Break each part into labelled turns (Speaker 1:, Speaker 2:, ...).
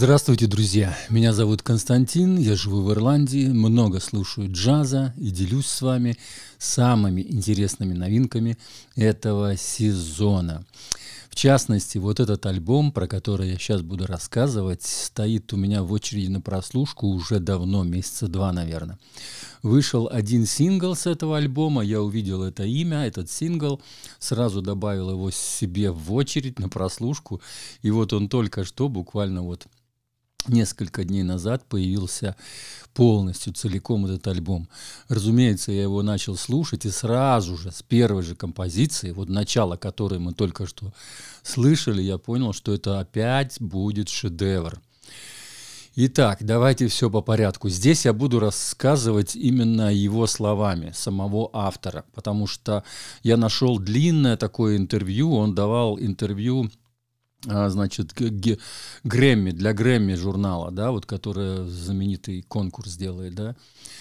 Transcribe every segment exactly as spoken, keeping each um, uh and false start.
Speaker 1: Здравствуйте, друзья! Меня зовут Константин, я живу в Ирландии, много слушаю джаза и делюсь с вами самыми интересными новинками этого сезона. В частности, вот этот альбом, про который я сейчас буду рассказывать, стоит у меня в очереди на прослушку уже давно, месяца два, наверное. Вышел один сингл с этого альбома, я увидел это имя, этот сингл, сразу добавил его себе в очередь на прослушку, и вот он только что, буквально вот несколько дней назад, появился полностью, целиком этот альбом. Разумеется, я его начал слушать, и сразу же, с первой же композиции, вот начало которой мы только что слышали, я понял, что это опять будет шедевр. Итак, давайте все по порядку. Здесь я буду рассказывать именно его словами, самого автора, потому что я нашел длинное такое интервью, он давал интервью, значит, Грэмми, для Грэмми журнала, да, вот, которая знаменитый конкурс делает, да.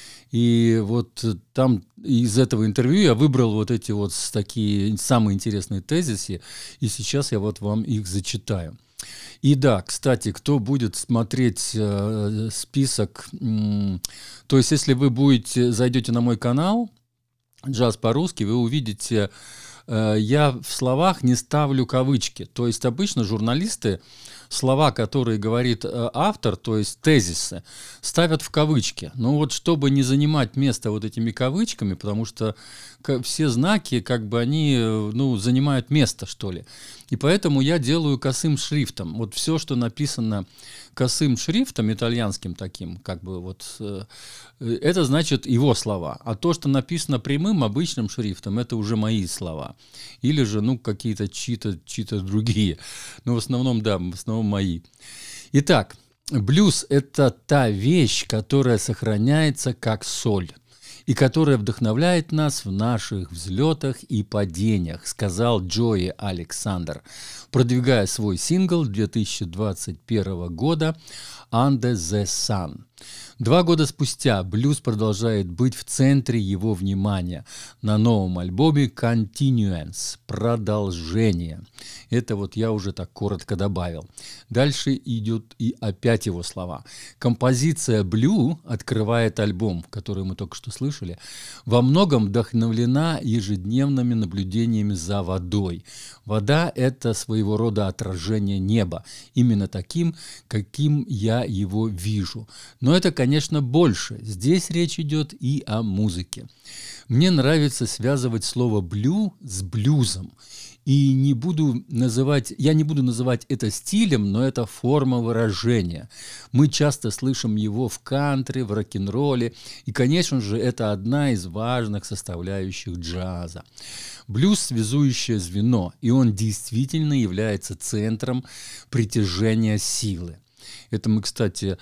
Speaker 1: И вот там из этого интервью я выбрал вот эти вот такие самые интересные тезисы, и сейчас я вот вам их зачитаю. И да, кстати, кто будет смотреть э, список, э, то есть если вы будете, зайдете на мой канал «Джаз по-русски», вы увидите, э, я в словах не ставлю кавычки. То есть обычно журналисты слова, которые говорит э, автор, то есть тезисы, ставят в кавычки. Но вот чтобы не занимать место вот этими кавычками, потому что все знаки, как бы они, ну, занимают место, что ли. И поэтому я делаю косым шрифтом. Вот все, что написано косым шрифтом, итальянским таким, как бы вот, э, это значит его слова. А то, что написано прямым, обычным шрифтом, это уже мои слова. Или же, ну, какие-то чьи-то, чьи-то другие. Но в основном, да, в основном мои. Итак, блюз – это та вещь, которая сохраняется как соль и которая вдохновляет нас в наших взлетах и падениях, сказал Джои Александр, продвигая свой сингл две тысячи двадцать первого года «Under the Sun». Два года спустя блюз продолжает быть в центре его внимания на новом альбоме «Continuance» – «Продолжение». Это вот я уже так коротко добавил. Дальше идет и опять его слова. Композиция «Blue» открывает альбом, который мы только что слышали, во многом вдохновлена ежедневными наблюдениями за водой. Вода – это своего рода отражение неба, именно таким, каким я его вижу. Но это, конечно, больше. Здесь речь идет и о музыке. Мне нравится связывать слово «блю» с блюзом. И не буду называть, я не буду называть это стилем, но это форма выражения. Мы часто слышим его в кантри, в рок-н-ролле, и, конечно же, это одна из важных составляющих джаза. Блюз – связующее звено, и он действительно является центром притяжения силы. Это мы, кстати,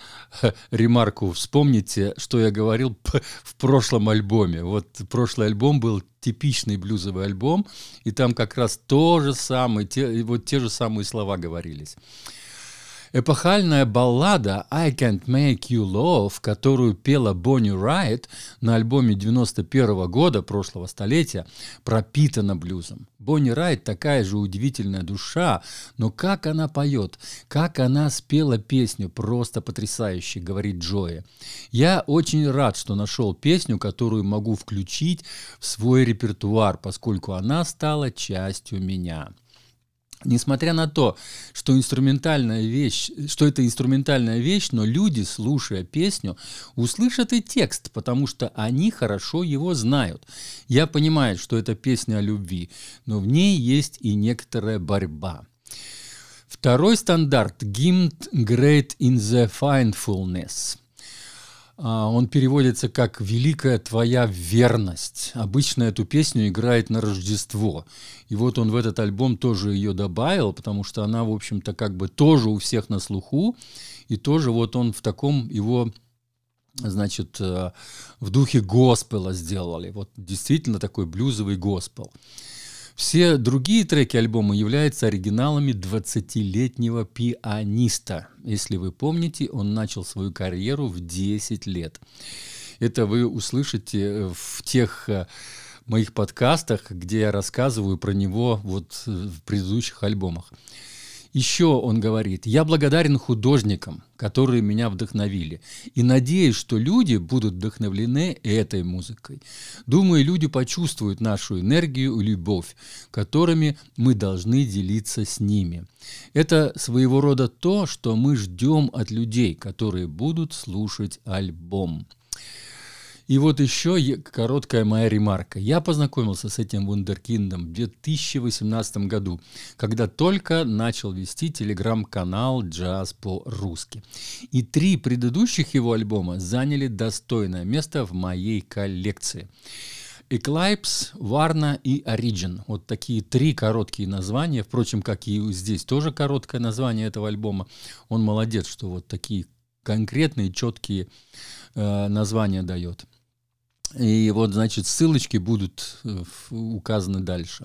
Speaker 1: ремарку вспомните, что я говорил в прошлом альбоме. Вот прошлый альбом был типичный блюзовый альбом, и там как раз то же самое, те, вот те же самые слова говорились. Эпохальная баллада «I Can't Make You Love», которую пела Бонни Райт на альбоме девяносто первого года, прошлого столетия, пропитана блюзом. Бонни Райт такая же удивительная душа, но как она поет, как она спела песню, просто потрясающе, говорит Джои. Я очень рад, что нашел песню, которую могу включить в свой репертуар, поскольку она стала частью меня. Несмотря на то, что инструментальная вещь, что это инструментальная вещь, но люди, слушая песню, услышат и текст, потому что они хорошо его знают. Я понимаю, что это песня о любви, но в ней есть и некоторая борьба. Второй стандарт – «Gimmed great in the findfulness». Он переводится как «Великая твоя верность». Обычно эту песню играет на Рождество. И вот он в этот альбом тоже ее добавил, потому что она, в общем-то, как бы тоже у всех на слуху. И тоже вот он в таком его, значит, в духе госпела сделали. Вот действительно такой блюзовый госпел. Все другие треки альбома являются оригиналами двадцатилетнего пианиста. Если вы помните, он начал свою карьеру в десять лет. Это вы услышите в тех моих подкастах, где я рассказываю про него вот в предыдущих альбомах. Еще он говорит: «Я благодарен художникам, которые меня вдохновили, и надеюсь, что люди будут вдохновлены этой музыкой. Думаю, люди почувствуют нашу энергию и любовь, которыми мы должны делиться с ними. Это своего рода то, что мы ждем от людей, которые будут слушать альбом». И вот еще короткая моя ремарка. Я познакомился с этим вундеркиндом в две тысячи восемнадцатом году, когда только начал вести телеграм-канал «Джаз по-русски». И три предыдущих его альбома заняли достойное место в моей коллекции. Eclipse, Varna и Origin. Вот такие три короткие названия. Впрочем, как и здесь тоже короткое название этого альбома. Он молодец, что вот такие конкретные, четкие э, названия дает. И вот, значит, ссылочки будут указаны дальше.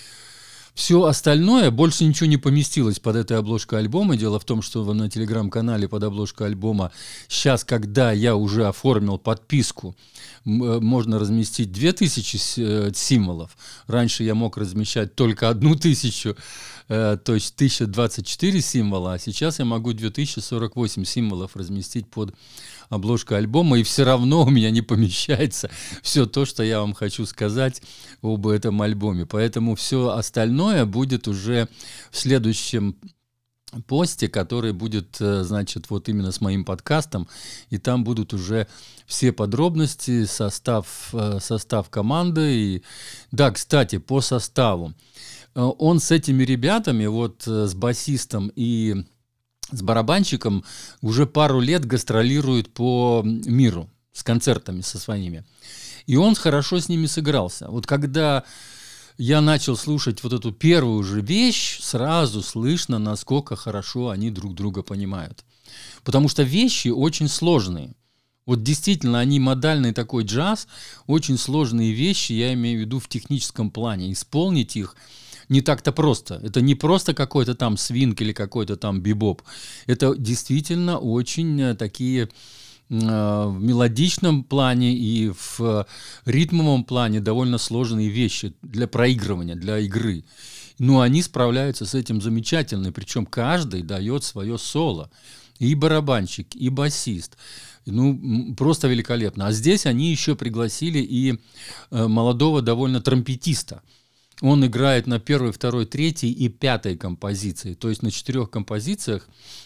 Speaker 1: Все остальное, больше ничего не поместилось под этой обложкой альбома. Дело в том, что на телеграм-канале под обложкой альбома сейчас, когда я уже оформил подписку, можно разместить две тысячи символов. Раньше я мог размещать только одну тысячу, то есть тысяча двадцать четыре символа, а сейчас я могу две тысячи сорок восемь символов разместить под обложкой альбома, и все равно у меня не помещается все то, что я вам хочу сказать об этом альбоме. Поэтому все остальное будет уже в следующем посте, который будет, значит, вот именно с моим подкастом, и там будут уже все подробности, состав, состав команды. И, да, кстати, по составу. Он с этими ребятами, вот с басистом и с барабанщиком, уже пару лет гастролирует по миру с концертами со своими. И он хорошо с ними сыгрался. Вот когда я начал слушать вот эту первую же вещь, сразу слышно, насколько хорошо они друг друга понимают. Потому что вещи очень сложные. Вот действительно, они модальный такой джаз, очень сложные вещи, я имею в виду в техническом плане. Исполнить их не так-то просто. Это не просто какой-то там свинг или какой-то там бибоп. Это действительно очень такие в мелодичном плане и в ритмовом плане довольно сложные вещи для проигрывания, для игры. Но они справляются с этим замечательно, причем каждый дает свое соло. И барабанщик, и басист. Ну, просто великолепно. А здесь они еще пригласили и молодого довольно тромпетиста. Он играет на первой, второй, третьей и пятой композиции. То есть на четырех композициях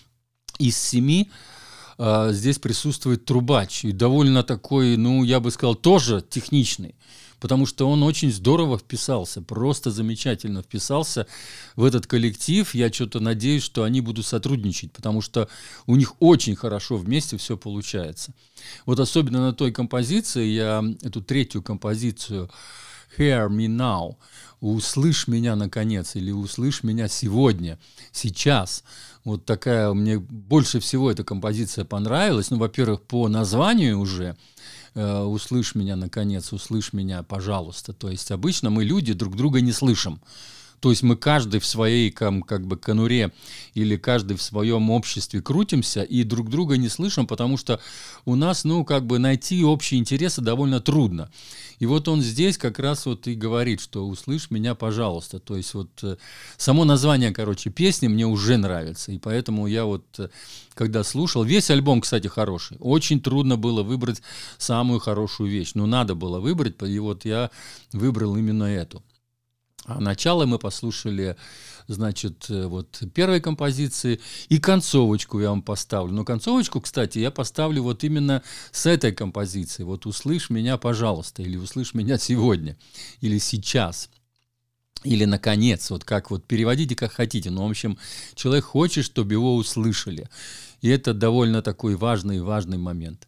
Speaker 1: из семи э, здесь присутствует трубач. И довольно такой, ну, я бы сказал, тоже техничный. Потому что он очень здорово вписался, просто замечательно вписался в этот коллектив. Я что-то надеюсь, что они будут сотрудничать, потому что у них очень хорошо вместе все получается. Вот особенно на той композиции, я эту третью композицию «Hear Me Now», «Услышь меня наконец» или «Услышь меня сегодня», «сейчас». Вот такая мне больше всего эта композиция понравилась. Ну, во-первых, по названию уже э, «Услышь меня наконец», «Услышь меня, пожалуйста». То есть обычно мы, люди, друг друга не слышим. То есть мы каждый в своей как бы конуре или каждый в своем обществе крутимся и друг друга не слышим, потому что у нас, ну, как бы найти общие интересы довольно трудно. И вот он здесь как раз вот и говорит, что «услышь меня, пожалуйста». То есть вот само название, короче, песни мне уже нравится. И поэтому я вот, когда слушал, весь альбом, кстати, хороший. Очень трудно было выбрать самую хорошую вещь. Но надо было выбрать, и вот я выбрал именно эту. А начало мы послушали, значит, вот первой композиции, и концовочку я вам поставлю. Но концовочку, кстати, я поставлю вот именно с этой композиции. Вот «Услышь меня, пожалуйста», или «Услышь меня сегодня», или «сейчас», или «наконец». Вот как вот переводите, как хотите. Но, в общем, человек хочет, чтобы его услышали. И это довольно такой важный, важный момент.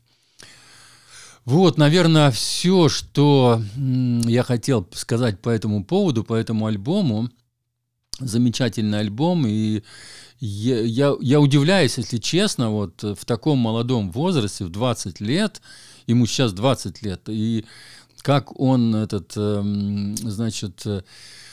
Speaker 1: Вот, наверное, все, что я хотел сказать по этому поводу, по этому альбому. Замечательный альбом, и я, я, я удивляюсь, если честно, вот в таком молодом возрасте, в двадцать лет, ему сейчас двадцать лет, и как он, этот, значит,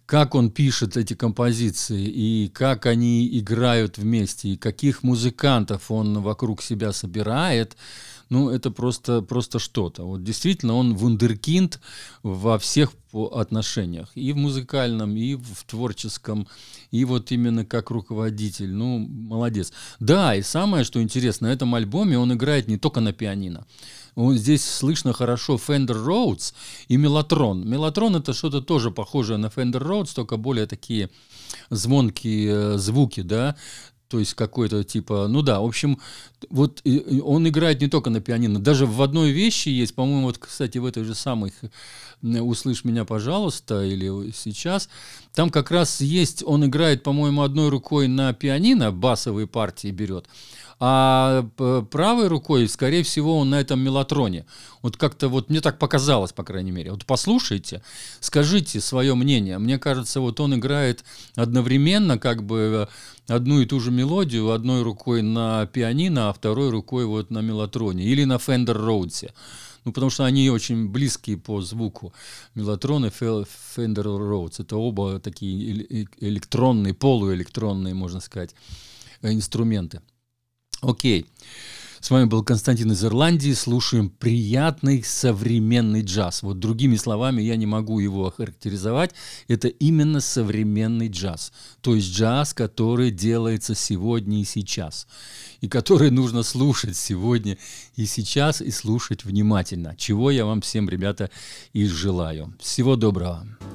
Speaker 1: как он пишет эти композиции, и как они играют вместе, и каких музыкантов он вокруг себя собирает, ну, это просто, просто что-то. Вот действительно, он вундеркинд во всех отношениях. И в музыкальном, и в творческом, и вот именно как руководитель. Ну, молодец. Да, и самое, что интересно, на этом альбоме он играет не только на пианино. Он, здесь слышно хорошо Fender Rhodes и Mellotron. Mellotron — это что-то тоже похожее на Fender Rhodes, только более такие звонкие звуки, да, то есть какой-то типа, ну да, в общем, вот он играет не только на пианино, даже в одной вещи есть, по-моему, вот, кстати, в этой же самой «Услышь меня, пожалуйста» или «Сейчас», там как раз есть, он играет, по-моему, одной рукой на пианино, басовые партии берет, а правой рукой, скорее всего, он на этом меллотроне. Вот как-то вот мне так показалось, по крайней мере. Вот послушайте, скажите свое мнение. Мне кажется, вот он играет одновременно как бы одну и ту же мелодию одной рукой на пианино, а второй рукой вот на меллотроне или на Fender Rhodes. Ну, потому что они очень близкие по звуку. Mellotron и Fender Rhodes. Это оба такие электронные, полуэлектронные, можно сказать, инструменты. Окей. С вами был Константин из Ирландии. Слушаем приятный современный джаз. Вот другими словами я не могу его охарактеризовать. Это именно современный джаз. То есть джаз, который делается сегодня и сейчас. И который нужно слушать сегодня и сейчас, и слушать внимательно. Чего я вам всем, ребята, и желаю. Всего доброго.